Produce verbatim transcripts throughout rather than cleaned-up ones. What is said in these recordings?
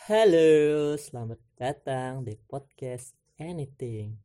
Halo, selamat datang di podcast Anything.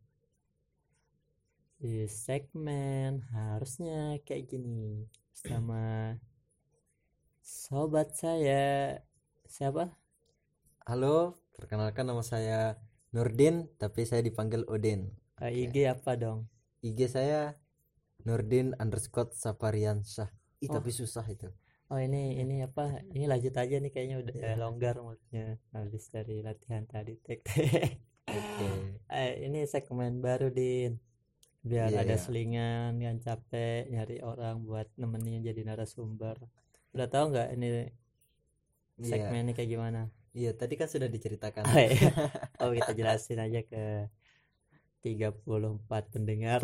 Di segmen harusnya kayak gini sama sobat saya. Siapa? Halo, perkenalkan nama saya Nurdin, tapi saya dipanggil Odin. Eh, Oke, I G apa dong? I G saya Nurdin underscore Sapariansyah. Ih, Oh, tapi susah itu. oh ini ini apa? Ini lanjut aja nih kayaknya udah eh, Ya, longgar moodnya habis dari latihan tadi tek. oke. Eh, ini segmen baru Din. Biar Iya ada ya. selingan yang capek nyari orang buat nemenin jadi narasumber. Udah tahu nggak ini Iya. segmennya kayak gimana? Iya, tadi kan sudah diceritakan. Oh, iya. Oh, kita jelasin aja ke tiga puluh empat pendengar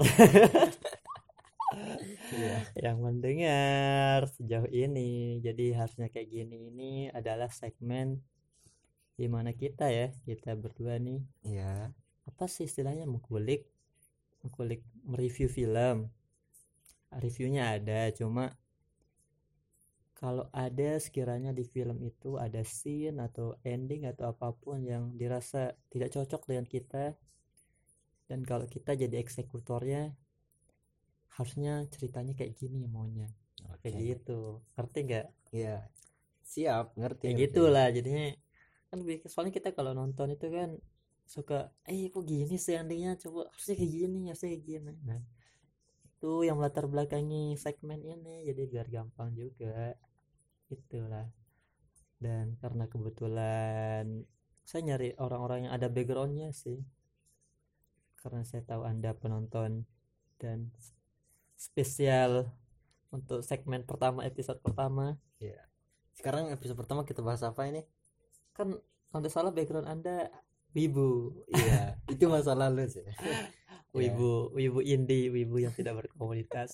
Iya. yang mendengar sejauh ini. Jadi harusnya kayak gini, ini adalah segmen di mana kita ya, kita berdua nih, Iya. apa sih istilahnya, mengkulik, mengkulik mereview film. Reviewnya ada, cuma kalau ada sekiranya di film itu ada scene atau ending atau apapun yang dirasa tidak cocok dengan kita, dan kalau kita jadi eksekutornya, harusnya ceritanya kayak gini maunya, kayak Oke. gitu, ngerti nggak? Iya. Siap, ngerti Kayak ngerti. gitulah jadinya. Kan soalnya kita kalau nonton itu kan suka, eh kok gini sih endingnya, coba harusnya kayak gini, harusnya kayak gini. Nah, itu yang latar belakangi segmen ini, jadi biar gampang juga, itulah. Dan karena kebetulan saya nyari orang-orang yang ada backgroundnya sih, karena saya tahu anda penonton, dan spesial untuk segmen pertama, episode pertama. Iya. Sekarang episode pertama kita bahas apa ini? Kan kalau tidak salah background anda wibu. Iya, itu masa lalu sih. Ya. Wibu, wibu indie, wibu yang tidak berkomunitas.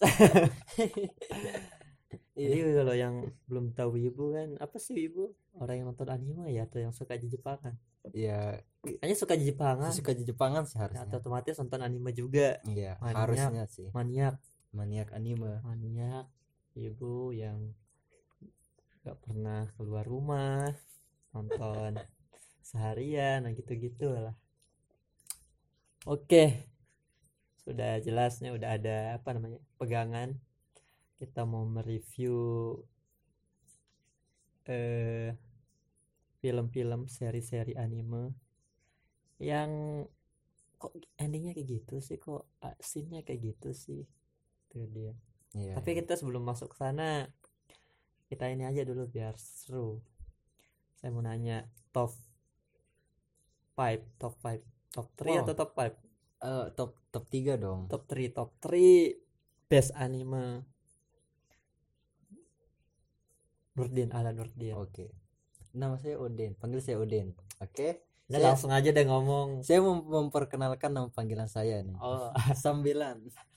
Jadi Iya. kalau yang belum tahu wibu kan, apa sih wibu? Orang yang nonton anime ya, atau yang suka Jepangan? Iya, Kayaknya suka Jepangan, sesuka Jepangan sih ya, harusnya. atau otomatis nonton anime juga. Iya, Maniak, harusnya sih. maniak, Maniak anime. maniak, wibu yang gak pernah keluar rumah, nonton seharian, nah gitu-gitu lah. Oke, sudah jelasnya, udah ada apa namanya, pegangan. Kita mau mereview eh, film-film, seri-seri anime yang kok endingnya kayak gitu sih, kok ah, scene-nya kayak gitu sih, itu dia. Iya, Tapi iya. kita sebelum masuk ke sana, kita ini aja dulu biar seru. Saya mau nanya, top lima, top lima, top tiga atau Wow, top lima? eh, top top tiga dong. Top tiga, top tiga best anime. Nurdin, Ala Nurdin. Oke. Nama saya Odin, panggil saya Odin. Oke. Udah Saya langsung aja deh ngomong. saya mem- memperkenalkan nama panggilan saya nih. Oh, Sambilan.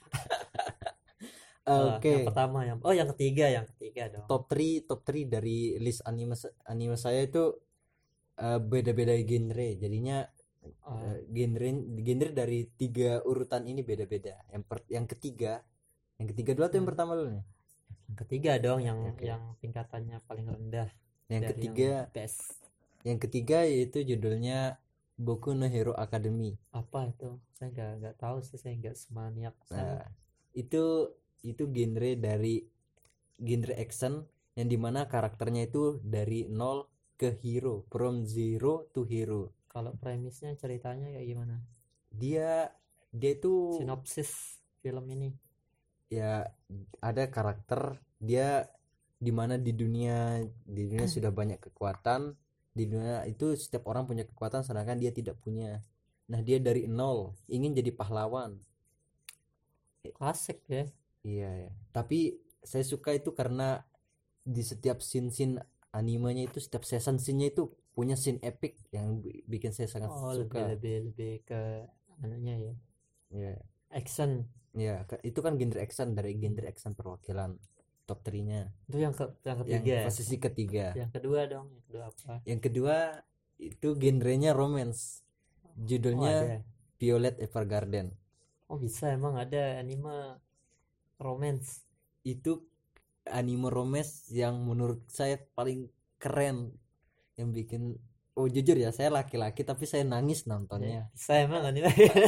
oh, yang Oke. pertama, yang oh yang ketiga, yang ketiga dong. Top tiga top tiga dari list anime se- anime saya itu eh, beda-beda genre. Jadinya Oh, eh, genre genre dari tiga urutan ini beda-beda. Yang per- yang ketiga, yang ketiga dulu atau yang hmm. pertama dulu nih? Yang ketiga dong, yang Oke. yang tingkatannya paling rendah Yang dari yang ketiga best. Yang ketiga yaitu judulnya Boku no Hero Academy. Apa itu? Saya nggak nggak tahu sih, saya nggak semaniak sana. Nah, itu itu genre dari genre action yang dimana karakternya itu dari nol ke hero, from zero to hero. Kalau premisnya, ceritanya kayak gimana? Dia dia itu Sinopsis film ini. ya ada karakter dia dimana di dunia di dunia sudah banyak kekuatan, di dunia itu setiap orang punya kekuatan sedangkan dia tidak punya. Nah, dia dari nol ingin jadi pahlawan. Klasik ya. Iya ya. Tapi saya suka itu karena di setiap scene-scene animenya itu setiap season scene-nya itu punya scene epic yang bi- bikin saya sangat Oh, lebih suka. lebih lebih ke anunya ya. Ya, Action. ya ke- itu kan genre action dari genre action perwakilan top tiga-nya. Itu yang ke yang Yang ketiga ya. posisi ketiga. Yang kedua dong, yang kedua apa? Yang kedua itu genrenya romance. Oh, Judulnya ada. Violet Evergarden. Oh, bisa emang ada anime romance. Itu anime romance yang menurut saya paling keren, yang bikin oh jujur ya, saya laki-laki tapi saya nangis Ya, nontonnya. bisa emang anime.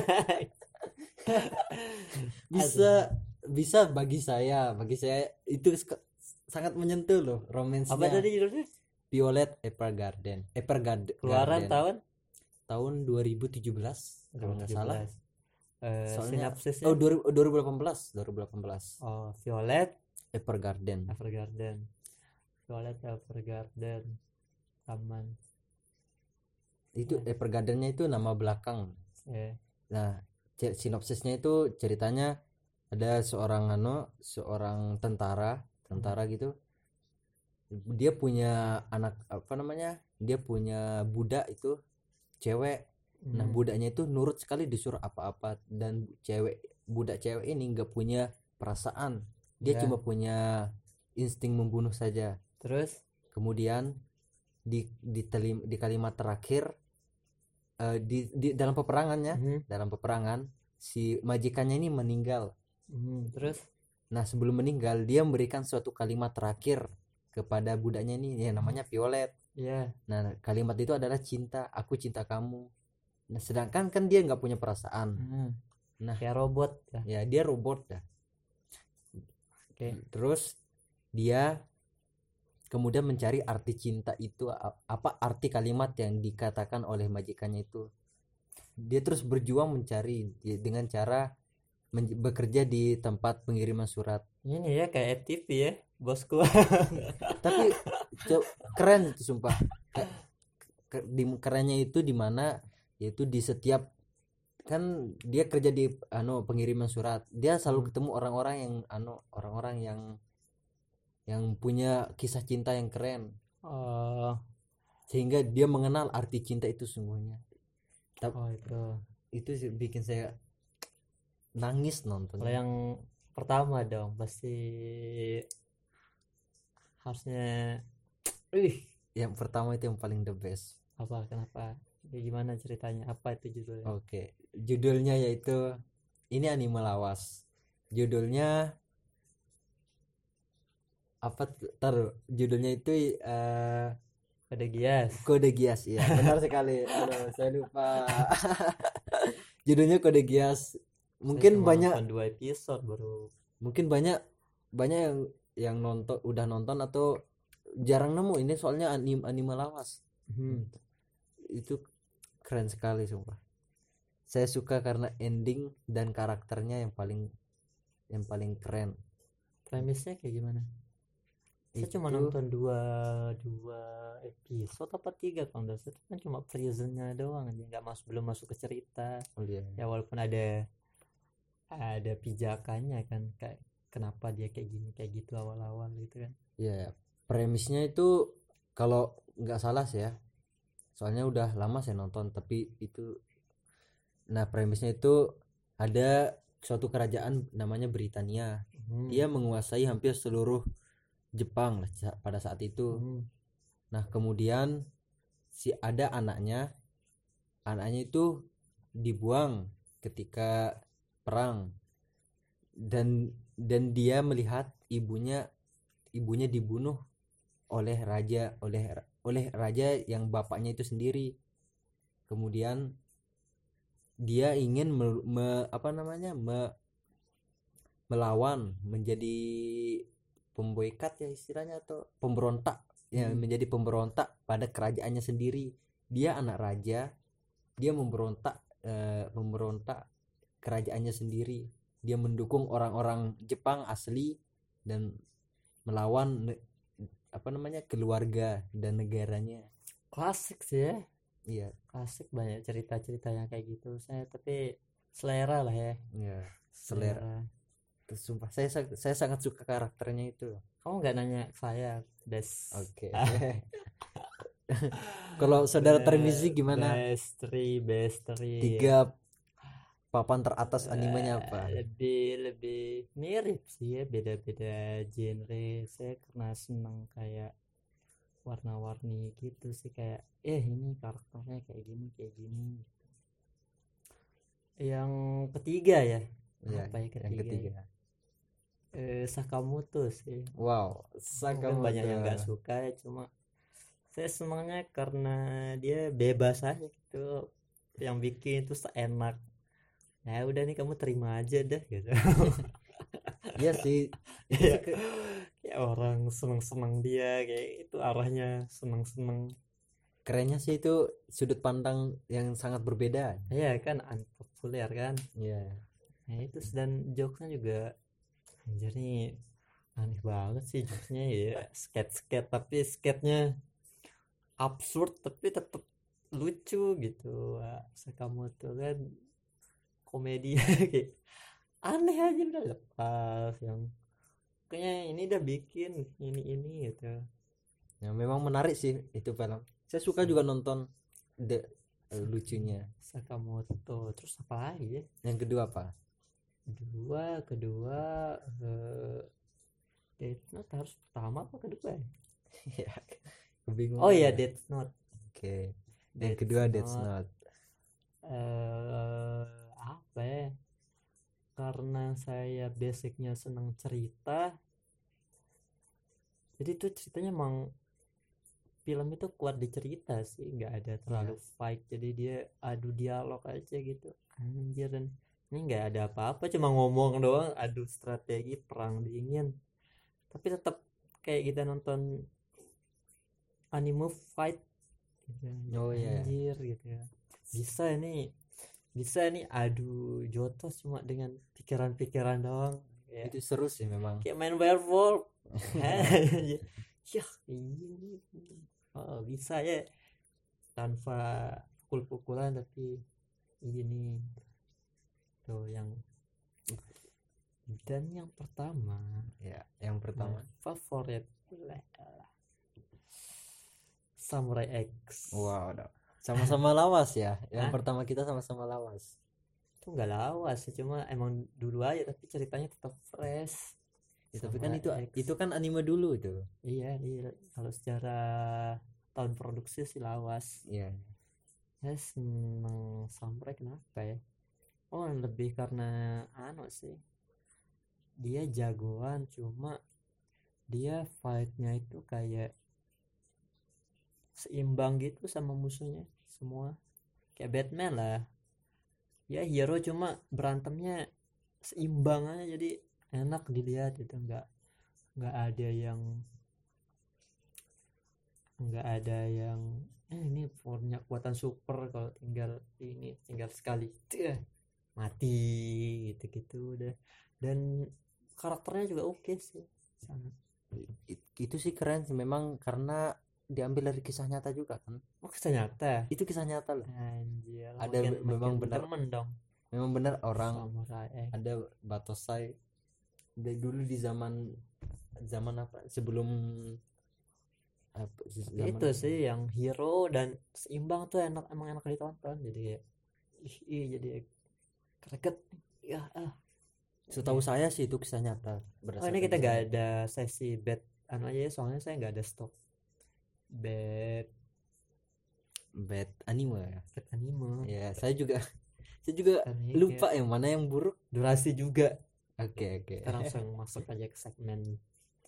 Bisa bisa bagi saya, bagi saya itu sk- sangat menyentuh loh Apa romansnya. tadi judulnya? Violet Evergarden. Evergarden Keluaran tahun tahun dua ribu tujuh belas kalau nggak salah. dua ribu tujuh belas. Eh, Soalnya sinopsisnya. oh dua ribu dua ribu delapan belas dua ribu delapan belas Oh, Violet Evergarden. Evergarden. Violet Evergarden. Taman. Itu Evergardennya itu nama belakang. Eh, Nah, ce- sinopsisnya itu ceritanya ada seorang ano, seorang tentara, tentara gitu. Dia punya anak apa namanya? Dia punya budak itu cewek. Nah, hmm, budaknya itu nurut sekali disuruh apa-apa dan cewek budak cewek ini nggak punya perasaan. Dia ya. cuma punya insting membunuh saja. Terus Kemudian di di, telim- di kalimat terakhir eh, di, di dalam peperangannya, hmm, dalam peperangan si majikannya ini meninggal. hmm, terus Nah, sebelum meninggal dia memberikan suatu kalimat terakhir kepada budaknya ini yang namanya Violet. ya. Nah, kalimat itu adalah cinta, aku cinta kamu. Nah, sedangkan kan dia nggak punya perasaan. Hmm, Nah, kayak robot ya. ya dia robot dah. Oke. Terus dia kemudian mencari arti cinta itu a- apa arti kalimat yang dikatakan oleh majikannya itu. Dia terus berjuang mencari di- dengan cara men- bekerja di tempat pengiriman surat. Ini ya kayak F T V ya, bosku. Tapi co- keren itu sumpah. Ke- ke- di kerennya itu di mana yaitu di setiap kan dia kerja di anu pengiriman surat, dia selalu ketemu orang-orang yang anu orang-orang yang yang punya kisah cinta yang keren Oh, sehingga dia mengenal arti cinta itu sungguhnya. Tapi oh itu. itu sih bikin saya nangis Kalau nontonnya. yang pertama dong pasti harusnya. Ih, Yang pertama itu yang paling the best. apa? Kenapa? Ya, gimana ceritanya? Apa itu judulnya? Oke, judulnya yaitu ini anime lawas. Judulnya apa? tuh? Taruh judulnya itu eh, Kode Geass. Kode Geass ya. Benar sekali. Aduh, saya lupa. Judulnya Kode Geass. Saya Mungkin cuma banyak nonton dua episode baru. mungkin banyak banyak yang yang nonton udah nonton atau jarang nemu ini soalnya anime anime lawas. Hmm. Itu keren sekali sumpah. Saya suka karena ending dan karakternya yang paling yang paling keren. Premisnya kayak gimana? Saya cuma Itu nonton dua dua episode apa tiga kalau nggak salah. Itu kan cuma prisonnya doang aja, nggak masuk belum masuk ke cerita. oh iya. Ya walaupun ada ada pijakannya kan, kayak kenapa dia kayak gini kayak gitu awal-awal gitu kan. Ya, premisnya itu kalau nggak salah sih ya. Soalnya udah lama saya nonton tapi itu nah premisnya itu ada suatu kerajaan namanya Britania. Hmm. Dia menguasai hampir seluruh Jepang lah sa- pada saat itu. Hmm. Nah, kemudian si ada anaknya, anaknya itu dibuang ketika perang dan dan dia melihat ibunya ibunya dibunuh oleh raja oleh oleh raja yang bapaknya itu sendiri. Kemudian dia ingin me- me- apa namanya me- melawan menjadi pemboikat ya istilahnya atau pemberontak ya Hmm. menjadi pemberontak pada kerajaannya sendiri. Dia anak raja, dia memberontak eh, memberontak kerajaannya sendiri. Dia mendukung orang-orang Jepang asli dan melawan ne- apa namanya keluarga dan negaranya. Klasik sih ya, Iya, klasik banyak cerita-cerita yang kayak gitu. Saya tapi selera lah ya, iya, selera. selera. Sumpah saya sa- saya sangat suka karakternya itu. Kamu nggak nanya ke saya, Des? Oke. Kalau saudara Termizi gimana? Bestri, bestri. Tiga papan teratas animenya apa? Lebih lebih mirip sih ya, beda-beda genre. Saya karena seneng kayak warna-warni gitu sih, kayak eh ini karakternya kayak gini kayak gini. Yang ketiga ya, Iya, apa ya yang ketiga? ketiga. ya? Eh, Sakamoto sih. Wow, Mungkin Sakamoto. banyak yang nggak suka ya, cuma Saya senangnya karena dia bebas aja gitu, yang bikin itu seenak, ya udah nih kamu terima aja dah gitu. Iya sih, itu Ya, sih ke- kayak orang seneng-seneng dia kayak itu arahnya seneng-seneng. kerennya sih itu sudut pandang yang sangat berbeda. Ya kan unpopuler kan. Iya. Nah itu, dan jokesnya juga anjir nih aneh banget sih jokesnya ya, skate-skate tapi skate-nya absurd tapi tetap lucu gitu. Wah, Sakamoto kan komedi kayak aneh aja udah lepas yang kayaknya ini udah bikin ini ini gitu. Ya, memang menarik sih itu film. Saya suka juga nonton the eh, lucunya. Sakamoto, terus apa lagi ya? Yang kedua apa? Kedua, kedua eh, Death Note harus pertama apa kedua ya? Ya, kebingungan Oh iya ya. Death Note. Oke. Yang Death kedua Death Note Note. eh apa ya? Karena saya basicnya senang cerita, jadi tuh ceritanya emang film itu kuat di cerita sih, nggak ada terlalu Iya. fight, jadi dia adu dialog aja gitu anjir. Dan ini nggak ada apa-apa, cuma ngomong doang, adu strategi perang dingin, tapi tetap kayak kita nonton anime fight gitu. Oh iya. Anjir gitu ya, bisa ini bisa nih adu jotos cuma dengan pikiran-pikiran doang, kayak Itu seru sih memang. kayak main werewolf. Ya ini oh, bisa ya tanpa pukul-pukulan tapi gini tuh yang. Dan yang pertama, Ya, yang pertama. my favorit Samurai X. Wow, udah. Sama-sama lawas ya. Yang Hah? pertama kita sama-sama lawas. Itu nggak lawas sih, cuma emang dulu aja tapi ceritanya tetap fresh. Ya, tapi kan Samurai itu X. itu kan anime dulu itu. Iya, iya. Kalau secara tahun produksi sih lawas. Iya. Saya seneng Samurai kenapa ya? Oh, lebih karena anu sih. Dia jagoan, cuma dia fightnya itu kayak seimbang gitu sama musuhnya semua. Kayak Batman lah. Ya hero cuma berantemnya seimbang aja, jadi enak dilihat itu, nggak nggak ada yang nggak ada yang eh, ini punya kekuatan super, kalau tinggal ini tinggal sekali tuh, mati gitu-gitu udah. Dan karakternya juga oke sih sangat. It- itu sih keren sih memang karena diambil dari kisah nyata juga kan. Oh kisah nyata, Itu kisah nyata loh. anjir Ada makin memang makin benar demen dong. memang benar orang Samurai X. ada Batosai dari dulu di zaman zaman apa sebelum apa, zaman Itu sih yang hero dan seimbang tuh enak, emang enak ditonton, jadi kayak ih, ih jadi greget ya ah. setahu saya sih itu kisah nyata Oh ini berdasarkan kita kisah nggak nyata. ada sesi bet anu aja ya, soalnya saya nggak ada stok bet Bad anime ya. bet anime. Ya, saya juga saya juga Dan ini lupa kayak yang mana yang buruk. durasi juga. Oke, oke. Kita langsung masuk aja ke segmen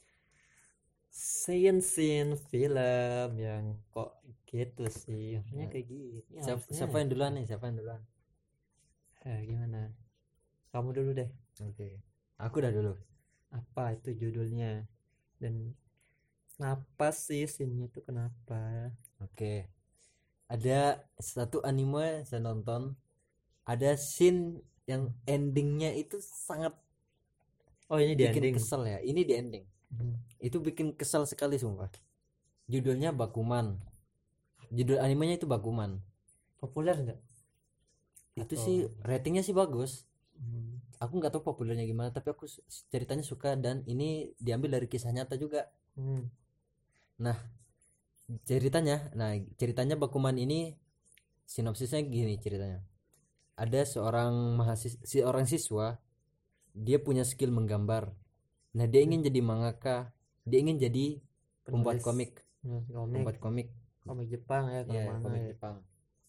scene-scene film yang kok gitu sih, harusnya kayak gini Siapa, harusnya. siapa yang duluan nih? Siapa yang duluan? Eh, gimana, kamu dulu deh, Oke. Aku udah dulu. apa itu judulnya dan kenapa sih scene-nya itu kenapa. Oke. Ada satu anime saya nonton. Ada scene yang endingnya itu sangat Oh ini di bikin ending. kesel ya. Ini di ending. Hmm. Itu bikin kesel sekali sumpah. Judulnya Bakuman. Judul animenya itu Bakuman. Populer nggak? Itu Atau- sih ratingnya sih bagus. Hmm. Aku nggak tahu populernya gimana, tapi aku s- ceritanya suka dan ini diambil dari kisah nyata juga. Hmm. Nah, ceritanya, nah ceritanya Bakuman ini sinopsisnya gini ceritanya. Ada seorang mahasiswa, seorang siswa, dia punya skill menggambar. Nah, dia ingin jadi mangaka, dia ingin jadi pembuat Penulis- komik, penulis komik pembuat komik, komik Jepang ya kalau ya, manga komik ya. Jepang.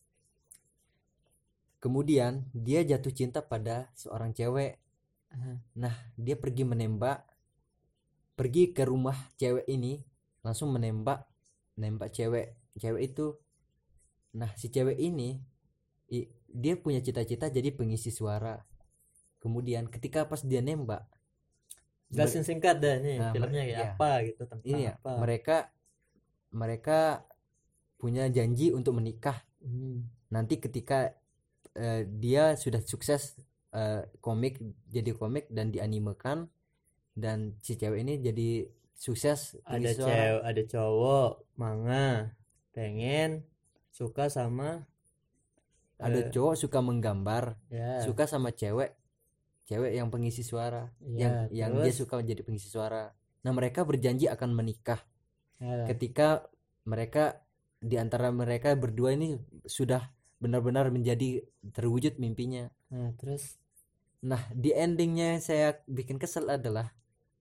Kemudian dia jatuh cinta pada seorang cewek. Aha. Nah, dia pergi menembak, pergi ke rumah cewek ini, langsung menembak nembak cewek cewek itu. Nah si cewek ini i- dia punya cita-cita jadi pengisi suara. Kemudian ketika pas dia nembak, Jelasin singkat dah nih nah, filmnya mer- kayak ya, apa gitu, tentang ini ya apa. mereka mereka punya janji untuk menikah Hmm. nanti ketika eh, dia sudah sukses eh, komik jadi komik dan dianimekan, dan si cewek ini jadi sukses Ada pengisi suara. cewek, ada cowok manga pengen suka sama Ada eh, cowok suka menggambar, ya suka sama cewek cewek yang pengisi suara, yang ya yang dia terus suka menjadi pengisi suara. Nah mereka berjanji akan menikah ya, ketika mereka di antara mereka berdua ini sudah benar-benar menjadi terwujud mimpinya. nah terus Nah di endingnya yang saya bikin kesel adalah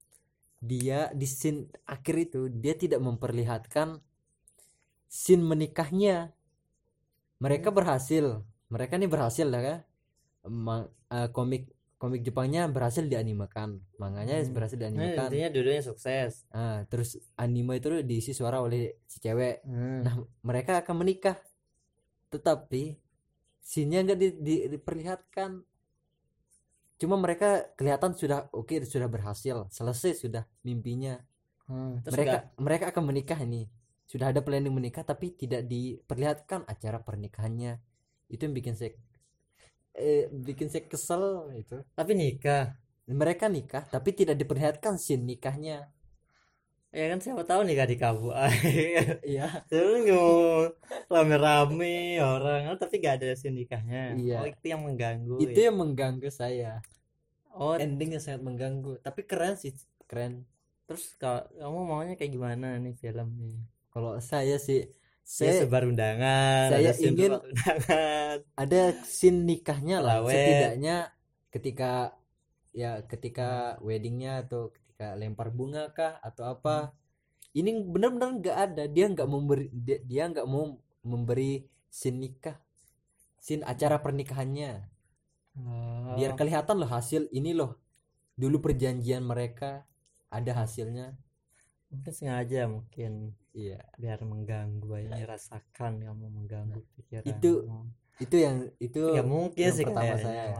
dia di scene akhir itu dia tidak memperlihatkan scene menikahnya. Mereka berhasil, mereka ini berhasil lah kan. Ma- eh, komik komik Jepangnya berhasil dianimekan, manganya hmm. berhasil Nah, dianimekan. intinya dua-duanya sukses. Ah, terus anime itu diisi suara oleh si cewek. Hmm. Nah mereka akan menikah, tetapi scene-nya nggak di- di- diperlihatkan. Cuma mereka kelihatan sudah oke, sudah berhasil, selesai sudah mimpinya. Hmm, terus Mereka nggak- mereka akan menikah ini, sudah ada planning menikah tapi tidak diperlihatkan acara pernikahannya. Itu yang bikin saya eh, bikin saya kesel itu. tapi nikah Mereka nikah tapi tidak diperlihatkan scene nikahnya. ya kan, siapa tahu nikah di kampung aja. Iya. Terus ngomong rame-rame orang, oh, tapi gak ada scene nikahnya. Iya. Oh itu yang mengganggu Itu ya. yang mengganggu saya. Oh Endingnya sangat mengganggu, tapi keren sih, keren. terus kalau kamu maunya kayak gimana nih filmnya? Kalau saya sih Saya saya sebar undangan, saya ada scene ingin- sebar undangan. ada scene nikahnya lah, Lawet. setidaknya ketika ya ketika weddingnya atau ketika lempar bunga kah atau apa. Ini benar-benar nggak ada, dia nggak memberi dia, dia nggak mau memberi scene nikah, scene acara pernikahannya, Oh, biar kelihatan loh hasil ini loh, dulu perjanjian mereka ada hasilnya. mungkin sengaja, mungkin Iya, biar mengganggu ini, rasakan kamu mengganggu pikiran. itu- itu yang itu Nggak mungkin yang sih pertama kayaknya. saya.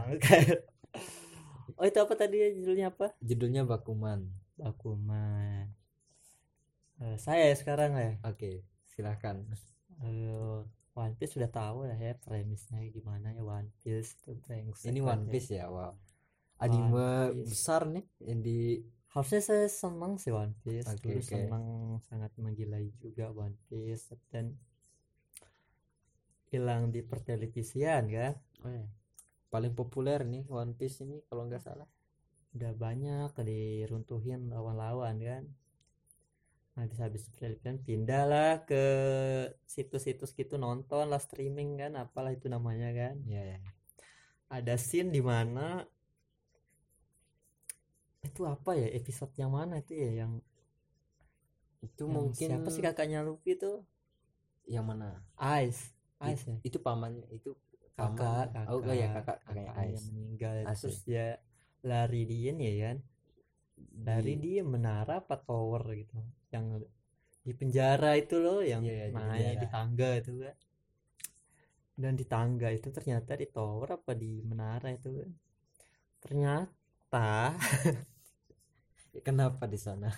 Oh itu apa tadi ya, judulnya apa? Judulnya Bakuman. Bakuman. Eh, saya sekarang ya. Oke, silahkan. Eh, One Piece sudah tahu lah ya premisnya gimana ya. One Piece itu brengsek Ini lah One ya. Piece ya, wow. Anime One Piece. besar nih yang di Harusnya saya senang sih One Piece. Oke, Dulu oke. senang, sangat menggilai juga One Piece, dan hilang di pertelevisian kan. oh ya, paling populer nih One Piece ini kalau nggak salah. Udah banyak diruntuhin lawan-lawan kan. Habis-habis pertelevisian pindah lah ke situs-situs gitu, nonton lah, streaming kan, apalah itu namanya kan. Iya, ya. Ada scene di mana itu apa ya, episode yang mana itu ya, yang Itu yang mungkin siapa sih kakaknya Luffy tuh? yang mana? Ice Ice ya, Itu pamannya, itu kakak paman. kakak Oh enggak ya, kakak kakaknya kakaknya Ice. meninggal. Ice, Terus dia lari dia nih ya kan, dari Di- dia menara apa tower gitu, yang di penjara itu loh, yang Iya, iya, di naik penjara. di tangga itu kan. Dan di tangga itu ternyata di tower apa di menara itu kan, ternyata Kenapa di sana?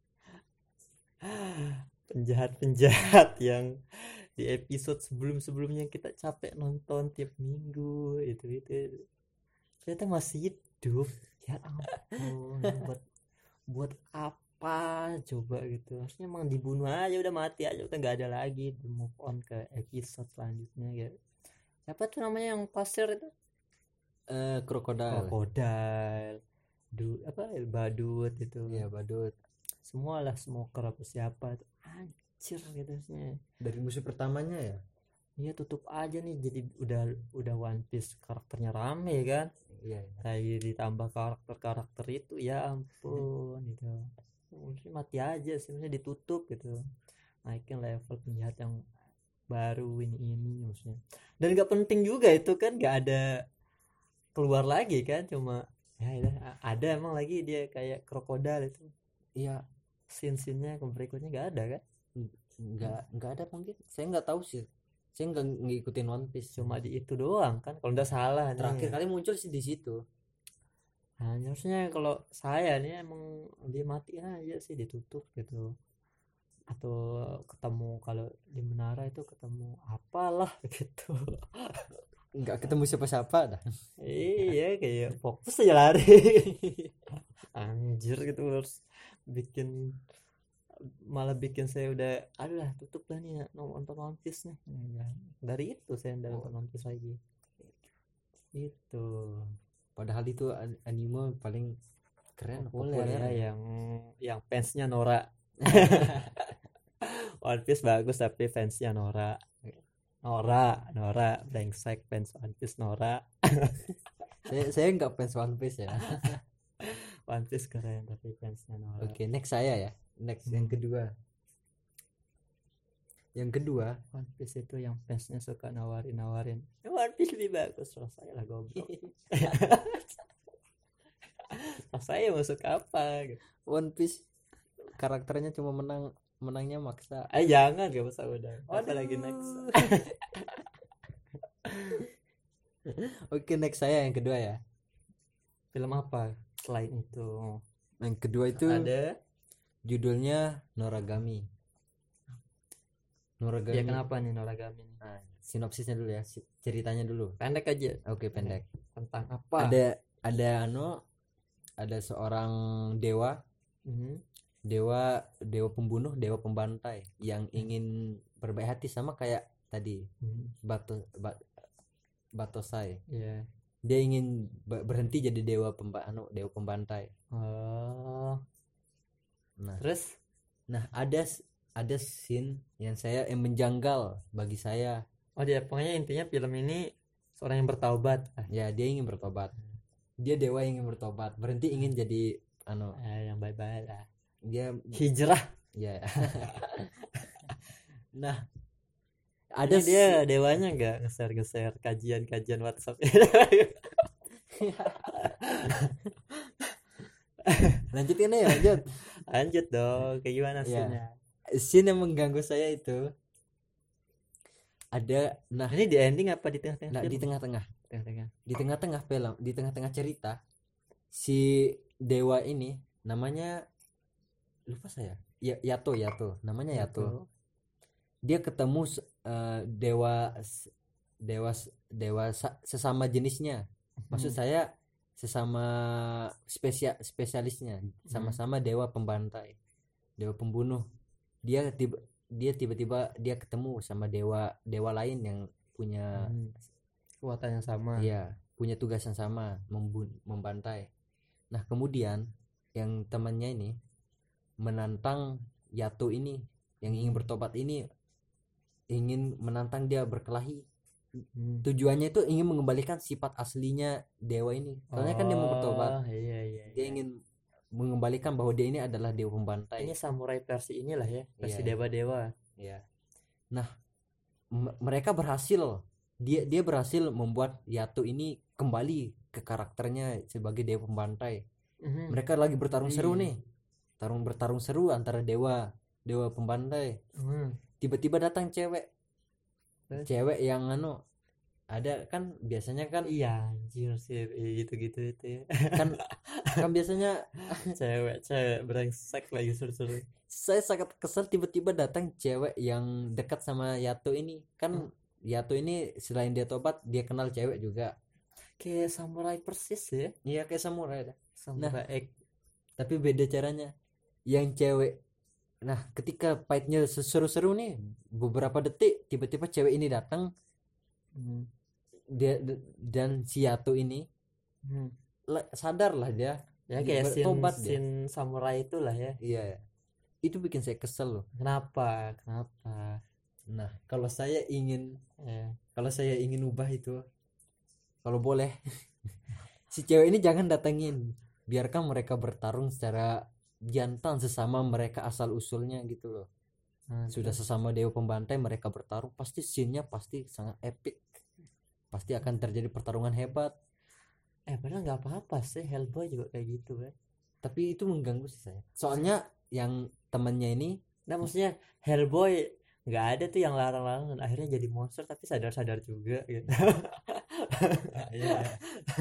penjahat-penjahat yang di episode sebelum-sebelumnya kita capek nonton tiap minggu itu itu ternyata masih hidup. Ya ampun, buat buat apa coba gitu, harusnya emang dibunuh aja, udah mati aja, udah nggak ada lagi, di move on ke episode selanjutnya gitu. Siapa tuh namanya yang pasir itu? Eh krokodil. Krokodil, du apa badut itu, Iya, badut. semua lah, smoker apa siapa itu, anjir gitu harusnya. Dari musuh pertamanya ya? Iya tutup aja nih, jadi udah udah One Piece karakternya rame kan, Iya, iya. lagi ditambah karakter-karakter itu, ya ampun itu mungkin mati aja sih, maksudnya ditutup gitu, naikin level penjahat yang baru ini ini maksudnya. Dan nggak penting juga itu kan, nggak ada keluar lagi kan, cuma ya udah, ada emang lagi dia kayak krokodil itu, Iya, scene-scene-nya ke berikutnya nggak ada kan. nggak nggak ada mungkin, saya nggak tahu sih, saya nggak ngikutin One Piece. Cuma di itu doang kan kalau nggak salah Terakhir nih. kali muncul sih di situ. Nah, harusnya kalau saya nih emang dimatiin aja sih, ditutup gitu. Atau ketemu kalau di menara itu ketemu apalah gitu. Nggak ketemu siapa-siapa dah. Iya, kayak fokus aja lari. Anjir gitu harus bikin, malah bikin saya udah aduh lah tutup lah nih nonton One Piece nih. Nah, dari itu saya udah nonton One Piece lagi. Itu Padahal itu an- anime paling keren, populer populer ya, ya. yang yang fansnya Nora. One Piece bagus tapi fansnya Nora. Nora, Nora, brengsek fans One Piece Nora. saya saya nggak fans One Piece ya. One Piece keren tapi fansnya Nora. Oke, next saya ya. Next yang Hmm. kedua. Yang kedua, One Piece itu yang fansnya suka nawarin-nawarin, "Eh, One Piece lebih bagus." Terus saya lah goblok. Terus saya mau suka apa gitu. One Piece karakternya cuma menang, menangnya maksa. Eh jangan, gak usah udah. Apa Aduh. lagi next? Oke, next saya yang kedua ya. Film apa selain itu? Yang kedua itu Ada? judulnya Noragami. Noragami. Ya kenapa nih Noragami nih? Nah, sinopsisnya dulu ya, si- ceritanya dulu. Pendek aja. Oke, pendek. Tentang apa? Ada ada ano ada seorang dewa, Mhm. dewa dewa pembunuh, dewa pembantai yang ingin berbaik hati sama kayak tadi Mhm. Bato Ba- Batosai. Iya. Dia ingin be- berhenti jadi dewa pemba anu, dewa pembantai. Oh. Nah, Terus? nah ada s- ada scene yang saya yang menjanggal bagi saya. Oh dia pokoknya intinya film ini seorang yang bertaubat. Ah, Ya, dia ingin bertobat. Dia dewa yang ingin bertobat, berhenti ingin jadi anu, eh, yang baik-baik lah. dia Hijrah. ya. Nah, Ada ada dia si- dewanya nggak nge-share-nge-share kajian-kajian WhatsApp. lanjutin ya, lanjut. Lanjut dong, kayak gimana Ya. scene-nya? Scene yang mengganggu saya itu ada, nah, Ini di ending apa di tengah-tengah nah film? di tengah-tengah, Tengah-tengah. di tengah-tengah film, di tengah-tengah cerita, si dewa ini namanya lupa saya. Ya, Yato, Yato, namanya Yato. Dia ketemu s- eh, dewa s- dewa s- dewa sa- sesama jenisnya. Maksud Hmm. saya sesama spesial spesialisnya, sama-sama dewa pembantai, dewa pembunuh. Dia tiba dia tiba-tiba dia ketemu sama dewa dewa lain yang punya Hmm. Kekuatan yang sama. iya, punya tugas yang sama, membun- membantai. Nah, kemudian yang temannya ini menantang Yato ini yang ingin bertobat ini, ingin menantang dia berkelahi. Hmm. Tujuannya itu ingin mengembalikan sifat aslinya dewa ini. Soalnya kan dia mau bertobat. Oh, iya iya. Dia iya. ingin mengembalikan bahwa dia ini adalah dewa pembantai. Ini samurai versi inilah ya, versi Iya. dewa-dewa. Ya. Nah, m- mereka berhasil. Dia dia berhasil membuat Yato ini kembali ke karakternya sebagai dewa pembantai. Mhm. Mereka lagi bertarung seru Iya. nih. Tarung bertarung seru antara dewa, dewa pembantai. Hmm. Tiba-tiba datang cewek. Terus? Cewek yang anu ada kan biasanya kan Iya, anjir sih gitu-gitu itu ya. kan kan biasanya Cewek-cewek brengsek lagi seru-seru. saya sangat kesel tiba-tiba datang cewek yang dekat sama Yato ini. Kan Yato ini selain dia tobat, dia kenal cewek juga. Kayak samurai persis ya. Iya, kayak samurai dah. Samurai X. Tapi beda caranya. Yang cewek, nah ketika fightnya seru-seru nih, beberapa detik tiba-tiba cewek ini datang, Hmm. dia dan si Yato ini Hmm. le- sadar lah dia. Ya Dia kayak scene, bertobat dia. scene samurai itulah ya. Iya, itu bikin saya kesel loh. Kenapa? Kenapa? Nah, kalau saya ingin Ya. kalau saya ingin ubah itu, kalau boleh si cewek ini jangan datengin, biarkan mereka bertarung secara jantan sesama mereka asal usulnya gitu loh. Nah, Sudah terus? sesama dewa pembantai mereka bertarung, pasti scene-nya pasti sangat epic, pasti akan terjadi pertarungan hebat. Eh padahal nggak apa-apa sih, Hellboy juga kayak gitu kan. Tapi itu mengganggu sih saya, soalnya yang temannya ini Nah maksudnya Hellboy nggak ada tuh yang larang-larang dan akhirnya jadi monster tapi sadar-sadar juga gitu. Iya, iya.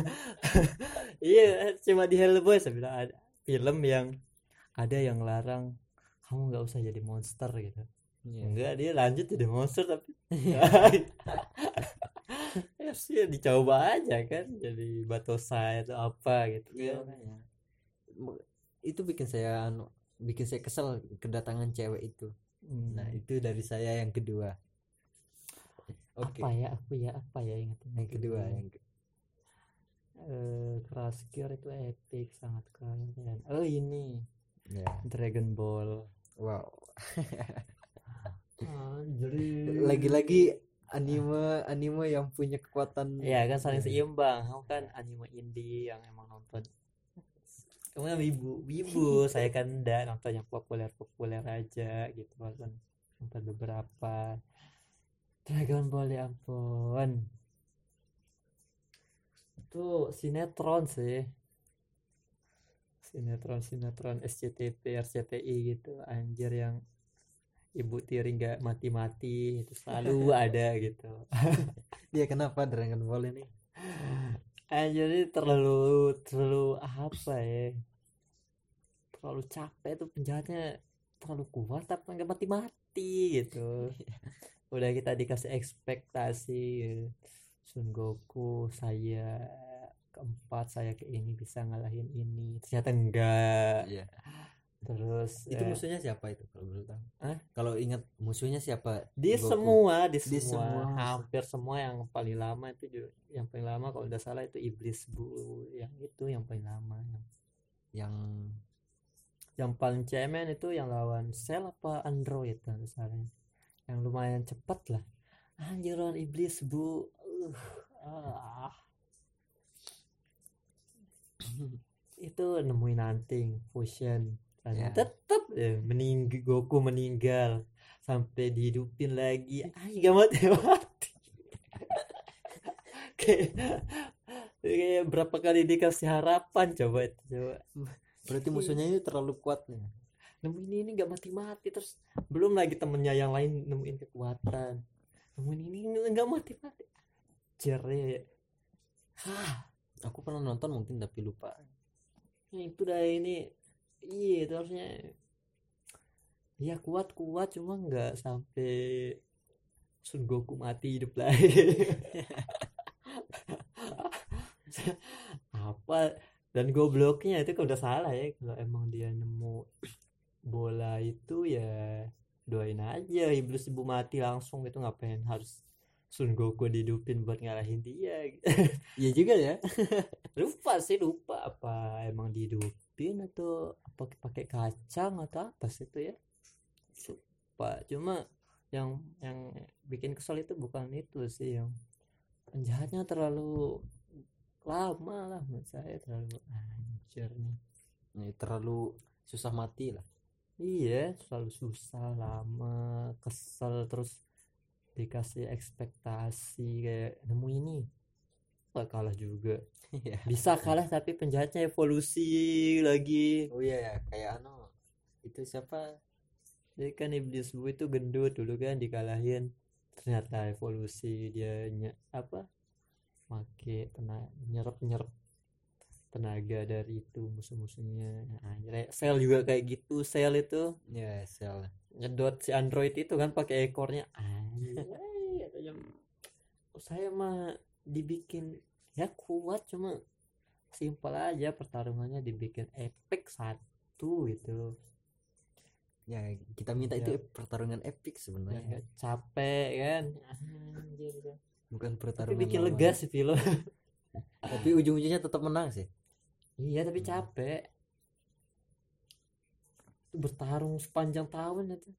Iya, cuma di Hellboy saya bilang ada film yang ada yang larang kamu nggak usah jadi monster gitu. Iya. Enggak, dia lanjut jadi monster tapi ya sih dicoba aja kan jadi Batosai atau apa gitu Iya, kan. makanya. Mo- Itu bikin saya anu, bikin saya kesel kedatangan cewek itu. Hmm. Nah, itu dari saya yang kedua. Oke. Apa ya aku ya apa ya ingatnya Yang kedua, yang ke- eh Crash Gear itu epic sangat keren. Oh ini ya. Dragon Ball. Wow. Anjir. Lagi-lagi anime anime yang punya kekuatan. Ya kan saling Ya. seimbang. Kamu kan anime indie yang emang nonton. Kamu kan wibu, wibu. Saya kan enggak nonton yang populer-populer aja gitu kan. Nonton beberapa. Dragon Ball ya ampun. Itu sinetron sih. Sinetron sinetron S C T V R C T I gitu. Anjir yang ibu tiri nggak mati-mati itu selalu ada gitu. Dia kenapa Dragon Ball ini? Anjir ini terlalu terlalu apa ya? Terlalu capek tuh penjahatnya terlalu kuat tapi nggak mati-mati gitu. Udah kita dikasih ekspektasi gitu. Sun Goku saya keempat saya ke ini bisa ngalahin ini ternyata enggak. Iya. Terus Itu eh, musuhnya siapa itu kalau boleh tahu? Hah? Kalau ingat musuhnya siapa? di Goku. semua di Di semua semua musuh. hampir semua yang paling lama itu juga yang paling lama kalau udah salah itu iblis bu yang itu yang paling lama yang Yang yang paling cemen itu yang lawan Cell apa Android kan misalnya yang lumayan cepat lah anjir lawan iblis bu uh, ah. Itu nemuin anting fusion dan Ya. tetap eh, meninggal Goku meninggal sampai dihidupin lagi ah gak mati mati kayak kayak berapa kali dikasih harapan coba itu coba berarti musuhnya ini terlalu kuat nih. nemuin ini nggak mati-mati terus belum lagi temennya yang lain nemuin kekuatan nemuin ini nggak mati-mati cerai hah Aku pernah nonton mungkin tapi lupa. itu dah ini iya itu harusnya ya kuat-kuat cuma nggak sampai Sun Goku mati hidup lagi apa dan gobloknya itu kan udah salah ya kalau emang dia nemu bola itu ya doain aja iblis ibu mati langsung gitu ngapain harus Sun Goku dihidupin buat ngalahin dia gitu. Iya juga ya. lupa sih lupa apa emang dihidupin atau apa pakai kacang atau apa sih itu ya lupa cuma yang yang bikin kesel itu bukan itu sih yang penjahatnya terlalu lama lah menurut saya terlalu anjir nih Ini terlalu susah mati lah. iya selalu susah lama kesel terus dikasih ekspektasi kayak nemu ini gak kalah juga Iya. bisa kalah tapi penjahatnya evolusi lagi Oh iya ya, kayak anu. Itu siapa? jadi kan iblis bu itu gendut dulu kan dikalahin ternyata evolusi dia ny- apa make tenaga nyerap nyerap tenaga dari itu musuh-musuhnya anjir sel juga kayak gitu sel itu Ya, Cell. nyedot si android itu kan pakai ekornya anjir saya mah dibikin ya kuat cuma simpel aja pertarungannya dibikin epic satu gitu Ya, kita minta Ya. itu pertarungan epic ya, sebenarnya. nggak capek kan anjir Bukan tapi pertarungan bikin lawan. lega sih film Tapi ujung-ujungnya tetap menang sih. iya tapi capek itu bertarung sepanjang tahun itu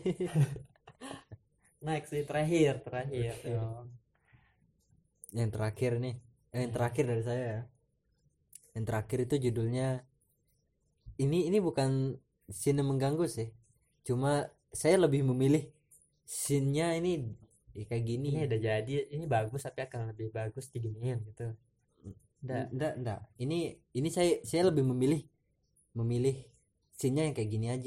next sih terakhir terakhir dong. Yang terakhir nih, eh, yang terakhir dari saya ya. Yang terakhir itu judulnya ini ini bukan scene mengganggu sih. Cuma saya lebih memilih scene-nya ini ya kayak gini. ini udah jadi ini bagus tapi akan lebih bagus diginiin gitu Enggak, enggak enggak, enggak. Ini ini saya saya lebih memilih memilih scene-nya yang kayak gini aja.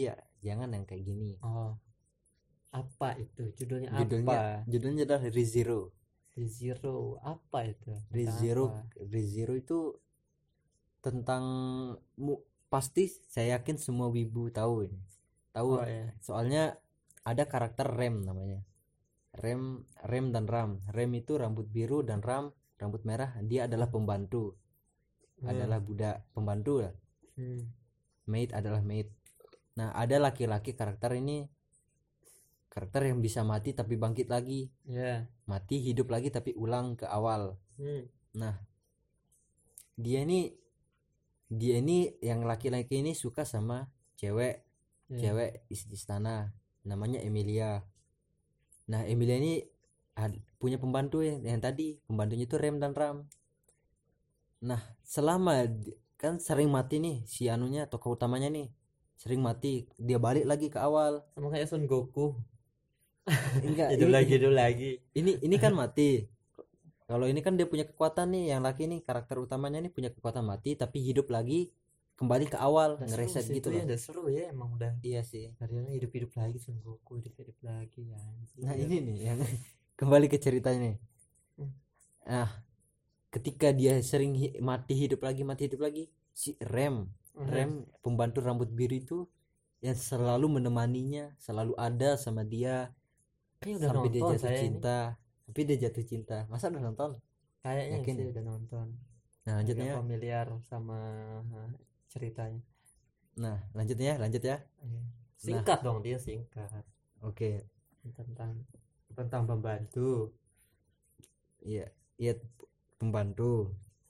jangan yang kayak gini. Oh, apa itu judulnya? Judulnya Apa? judulnya adalah ReZero. ReZero apa itu? Tentang ReZero apa? ReZero itu tentang mu, pasti saya yakin semua wibu tahu ini. Tahu, Oh ya. soalnya ada karakter Rem namanya. Rem Rem dan Ram. Rem itu rambut biru dan Ram rambut merah. Dia adalah pembantu. Hmm. Adalah budak pembantu lah. Hmm. Maid adalah maid. Nah, ada laki-laki karakter ini, karakter yang bisa mati tapi bangkit lagi. Ya. Mati hidup lagi tapi ulang ke awal. Hmm. Nah, dia ini dia ini yang laki-laki ini suka sama cewek, Ya. cewek is- istana namanya Emilia. Nah, Emilia ini ad- punya pembantu yang, yang tadi pembantunya itu Rem dan Ram. Nah, selama di- kan sering mati nih si anunya, tokoh utamanya nih sering mati, dia balik lagi ke awal. Sama kayak Son Goku. Enggak, Hidup ini lagi, hidup lagi. ini ini kan mati. Kalau ini kan dia punya kekuatan nih, yang laki nih karakter utamanya nih punya kekuatan mati tapi hidup lagi, kembali ke awal, Udah seru ngereset sih gitu itu ya, loh. udah seru ya, emang udah Iya sih. karyanya hidup-hidup lagi Son Goku, hidup-hidup lagi ya. Nah, ini nih yang kembali ke ceritanya nih. Hmm. Nah, ketika dia sering hi- mati hidup lagi mati hidup lagi, si Rem Hmm. Rem pembantu rambut biru itu yang selalu menemaninya, selalu ada sama dia Kayaknya udah sampai dia nonton jatuh saya ini. cinta. Tapi dia jatuh cinta. Masa udah nonton? Kayaknya Yakin sih ya? udah nonton. Nah, Agak lanjutnya. familiar sama ceritanya. Nah, lanjutnya, lanjut ya. Iya. Singkat dong, dia singkat. Oke. Tentang tentang pembantu. Iya, iya pembantu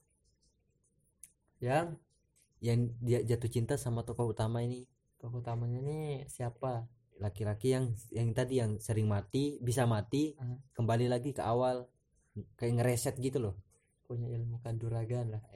Yang yang dia jatuh cinta sama tokoh utama ini, tokoh utamanya nih siapa? laki-laki yang yang tadi yang sering mati, bisa mati, Ah. kembali lagi ke awal, kayak ngereset gitu loh. Punya ilmu kanduragan lah.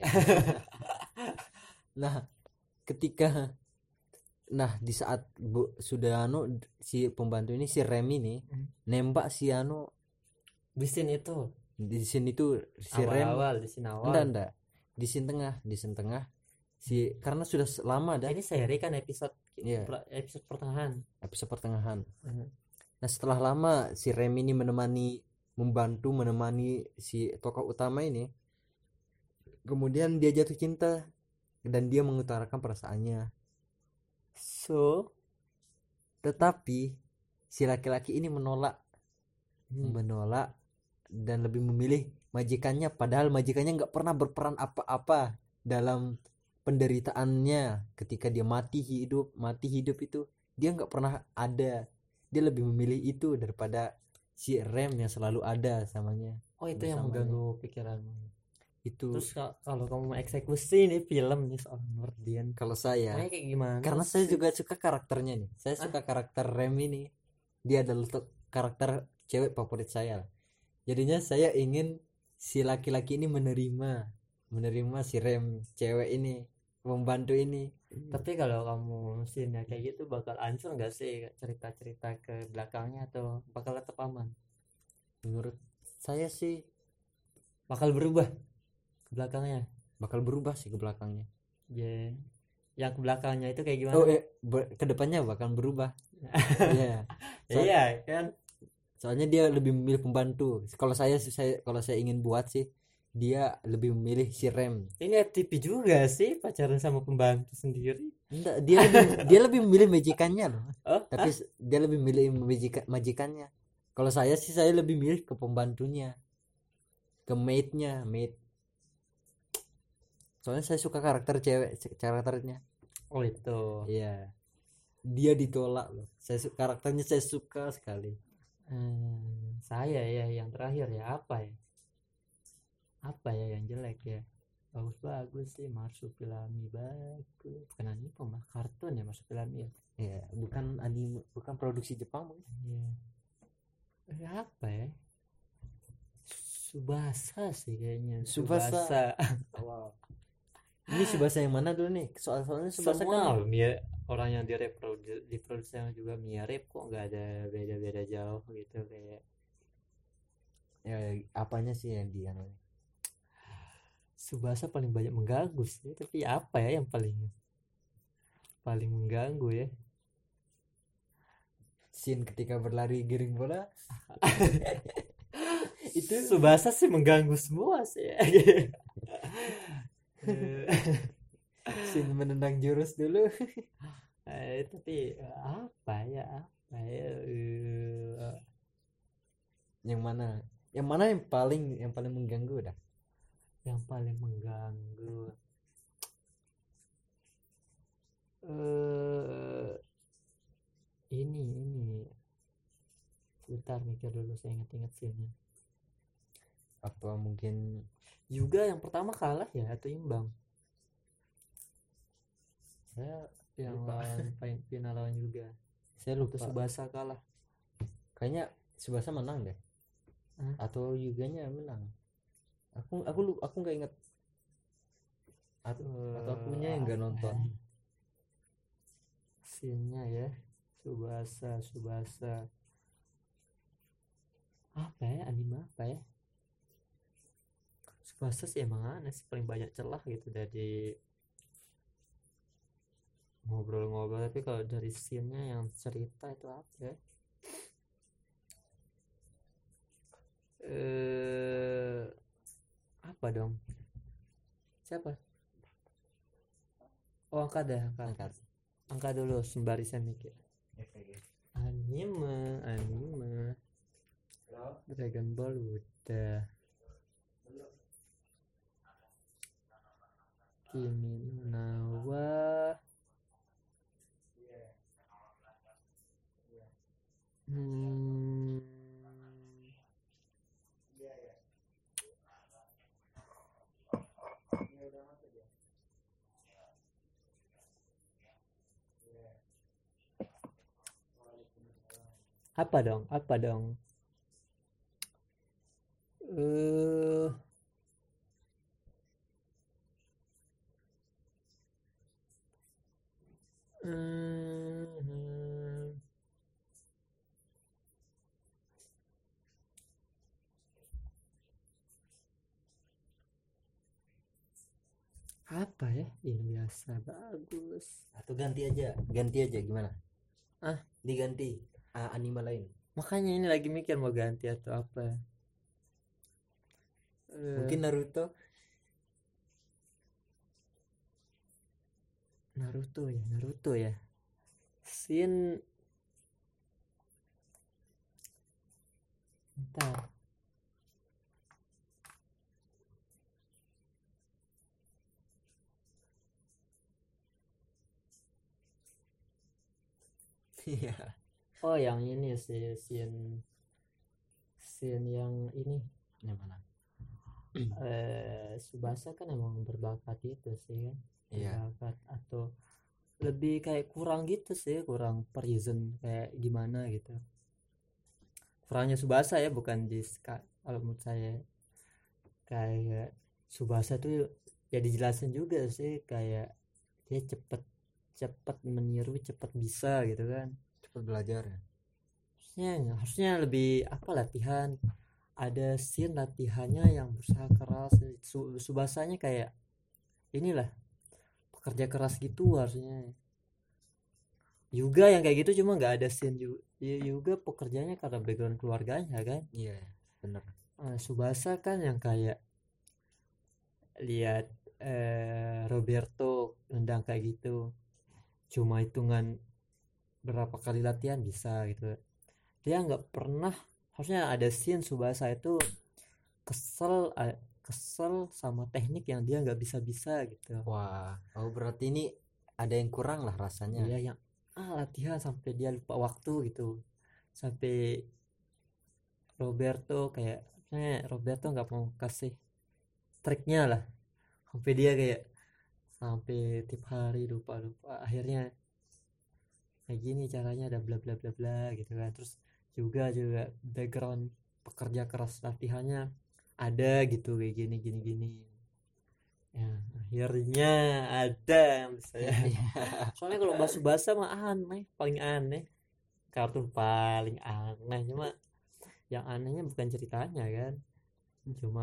Nah, ketika nah di saat bu, sudah anu si pembantu ini si Rem ini Hmm. nembak si anu Bisin itu di sini tuh si Rem, awal-awal di sini awal. enggak enggak di sini tengah di sini tengah si, karena sudah lama dah Ini seri kan episode Iya. episode pertengahan. episode pertengahan. Hmm. Nah, setelah lama si Rem ini menemani, membantu menemani si tokoh utama ini, kemudian dia jatuh cinta dan dia mengutarakan perasaannya. So, Tetapi si laki-laki ini menolak, hmm. menolak dan lebih memilih majikannya, padahal majikannya nggak pernah berperan apa-apa dalam penderitaannya. Ketika dia mati hidup, mati hidup itu dia nggak pernah ada. Dia lebih memilih itu daripada si Rem yang selalu ada samanya. Oh, itu yang bersamanya. mengganggu pikiranmu. Itu Terus ka- kalau kamu mau eksekusi nih film nih soal Nurdian, kalau saya, kayak kayak gimana? karena saya sih? juga suka karakternya nih. Saya Hah? suka karakter Rem ini. Dia adalah to- karakter cewek favorit saya. Jadinya saya ingin si laki-laki ini menerima, menerima si Rem cewek ini, membantu ini. Tapi kalau kamu scene kayak gitu bakal hancur nggak sih cerita-cerita ke belakangnya, atau bakal tetap aman? Menurut saya sih Bakal berubah ke belakangnya. bakal berubah sih ke belakangnya. Ya, yang ke belakangnya itu kayak gimana? Oh, eh, ber- ke depannya bakal berubah. Iya. So- Iya kan? Soalnya dia lebih memilih pembantu. Kalau saya saya kalau saya ingin buat sih, dia lebih memilih si Rem. Ini F T P juga sih, pacaran sama pembantu sendiri. Enggak, dia lebih dia lebih memilih majikannya loh. Oh, Tapi s- dia lebih memilih majika- majikannya. Kalau saya sih saya lebih milih ke pembantunya, ke maidnya, maid. Soalnya saya suka karakter cewek, karakternya. oh itu. Iya. Dia ditolak loh. Saya su- karakternya saya suka sekali. Hmm, saya ya yang terakhir ya apa ya? Apa ya yang jelek ya? Bagus-bagus sih, Marsupilami bagus. Bukan anime mah kartun ya Marsupilami ya. Iya, bukan anime, bukan produksi Jepang mungkin. Iya. Eh, apa ya? Subasa sih kayaknya. Tsubasa. Wow. Ini Subasa yang mana dulu nih? Soal soalnya Subasa Semua kan mir- orang yang direproduksi diproduksi juga mirip kok, nggak ada beda-beda jauh gitu kayak. ya apanya sih yang dia namanya? Subasa paling banyak mengganggu sih, tapi apa ya yang paling paling mengganggu ya? scene ketika berlari giring bola itu Subasa sih mengganggu semua sih. Eh, scene menendang jurus dulu. eh, tapi eh, apa ya apa ya eh, Yang mana? Yang mana yang paling yang paling mengganggu dah? yang paling mengganggu eh ini ini bentar mikir dulu, saya ingat-ingat sini. Apa mungkin Juga yang pertama kalah ya atau imbang? saya Yang lupa. lawan paling final lawan juga. Saya Atau lupa. Subasa kalah. Kayaknya Subasa menang deh. Hah? Atau Yuganya menang. Aku aku lu aku nggak ingat. Atau, atau akunya yang nggak nonton. Scene-nya ya. Subasa, Subasa. Apa ya? Anime apa ya? Subasa sih emang aneh sih, paling banyak celah gitu dari ngobrol-ngobrol. Tapi kalau dari scene-nya yang cerita itu apa ya? Eh, apa dong? Siapa? Oh, angkat deh, angkat. Angkat. Angkat dulu sembari saya mikir. Anime, anime. Dragon Ball udah. Kimi no Na wa. Hmm. Apa dong? Apa dong? Eh, hmm. Apa ya? Ini biasa bagus. Atau ganti aja, ganti aja gimana? Ah, Diganti ah, anime lain. makanya ini lagi mikir mau ganti atau apa. Eh, Mungkin Naruto. Naruto ya, Naruto ya. Scene Bentar. Iya. Oh, yang ini sih scene scene yang ini. Yang mana? Eh, Subasa kan emang berbakat itu sih kan. Iya. Berbakat atau lebih kayak kurang gitu sih, kurang present kayak gimana gitu. Kurangnya Subasa ya, bukan di ska- kalau menurut saya kayak Subasa tuh ya dijelasin juga sih kayak dia cepet cepet meniru, cepet bisa gitu kan. Cepat belajar ya. Harusnya harusnya lebih apa latihan, ada scene latihannya yang berusaha keras. Su- Subasanya kayak inilah pekerja keras gitu harusnya. Juga yang kayak gitu cuma nggak ada scene juga. Juga pekerjanya karena background keluarganya kan. Iya, benar. Ah, Subasa kan yang kayak lihat eh, Roberto nendang kayak gitu cuma hitungan berapa kali latihan bisa gitu. Dia nggak pernah, harusnya ada scene Subasa itu kesel eh, kesel sama teknik yang dia nggak bisa-bisa gitu. Wah, oh berarti ini ada yang kurang lah rasanya. Dia yang ah, latihan sampai dia lupa waktu gitu, sampai Roberto kayak eh, Roberto nggak mau kasih triknya lah, sampai dia kayak sampai tiap hari lupa lupa akhirnya kayak gini caranya, ada bla bla bla bla gitu kan. Terus juga juga background pekerja keras latihannya ada gitu kayak gini gini gini ya, akhirnya ada yang bisa ya. Soalnya kalau bahasa-bahasa mah aneh, paling aneh kartun paling aneh. Cuma yang anehnya bukan ceritanya kan, cuma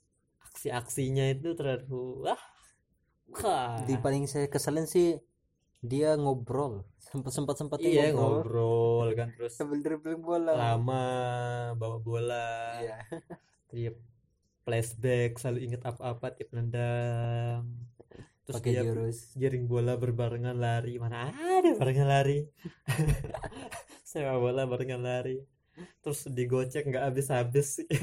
aksi-aksinya itu terlalu wah Di wah paling saya keselin sih dia ngobrol sempat sempat sempatnya Iya ngobrol ngobrol kan, terus sambil dribbling bola. lama bawa bola, Iya. dia flashback selalu inget apa-apa tiap nendang, terus Pakai dia jurus. giring bola berbarengan lari, mana ada barengan lari. Sepak bola barengan lari, terus digocek nggak habis-habis.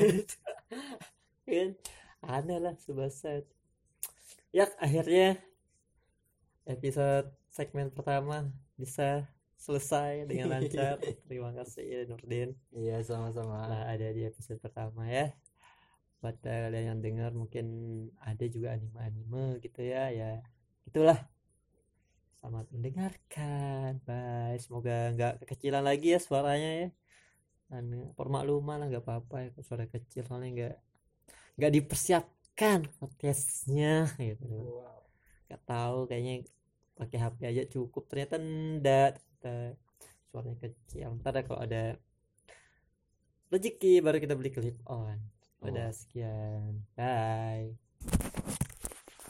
Kan aneh lah Subasa itu. Ya akhirnya episode segmen pertama bisa selesai dengan lancar. Terima kasih ya Nurdin. Iya sama-sama. Lah ada di episode pertama ya. Buat kalian yang dengar mungkin ada juga anime-anime gitu ya, ya itulah. Selamat mendengarkan. Bye. Semoga nggak kekecilan lagi ya suaranya ya. Dan permakluman lah nggak apa-apa ya suara kecil, soalnya nggak nggak dipersiapkan podcastnya gitu. Wow. Nggak tahu kayaknya pakai H P aja cukup, ternyata enggak, ternyata suaranya kecil. Ntar kalau ada rezeki baru kita beli clip on. Udah sekian, bye.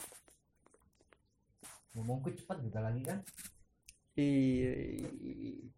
Ngomongku cepat juga lagi kan. Iya.